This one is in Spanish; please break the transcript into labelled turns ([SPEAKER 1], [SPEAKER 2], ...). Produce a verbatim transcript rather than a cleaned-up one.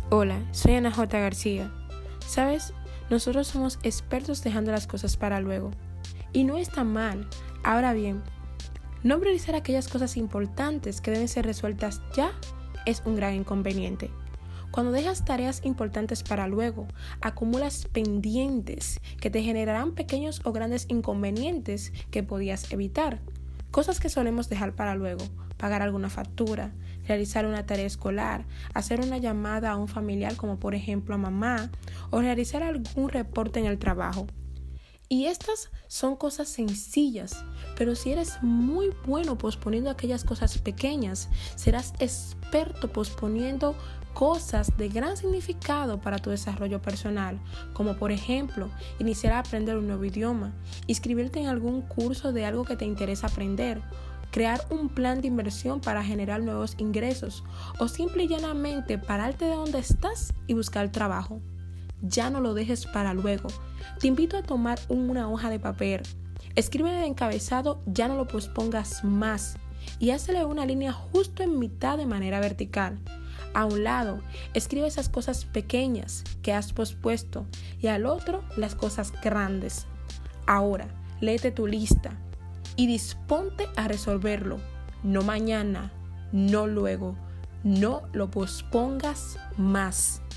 [SPEAKER 1] Hola, soy Ana J. García. ¿Sabes? Nosotros somos expertos dejando las cosas para luego. Y no está mal. Ahora bien, no priorizar aquellas cosas importantes que deben ser resueltas ya es un gran inconveniente. Cuando dejas tareas importantes para luego, acumulas pendientes que te generarán pequeños o grandes inconvenientes que podías evitar. Cosas que solemos dejar para luego: pagar alguna factura, realizar una tarea escolar, hacer una llamada a un familiar como por ejemplo a mamá, o realizar algún reporte en el trabajo. Y estas son cosas sencillas, pero si eres muy bueno posponiendo aquellas cosas pequeñas, serás experto posponiendo cosas de gran significado para tu desarrollo personal, como por ejemplo, iniciar a aprender un nuevo idioma, inscribirte en algún curso de algo que te interesa aprender, crear un plan de inversión para generar nuevos ingresos, o simple y llanamente pararte de donde estás y buscar trabajo. Ya no lo dejes para luego. Te invito a tomar una hoja de papel. Escribe el encabezado, ya no lo pospongas más, y hazle una línea justo en mitad de manera vertical. A un lado, escribe esas cosas pequeñas que has pospuesto y al otro las cosas grandes. Ahora, léete tu lista y disponte a resolverlo. No mañana, no luego, no lo pospongas más.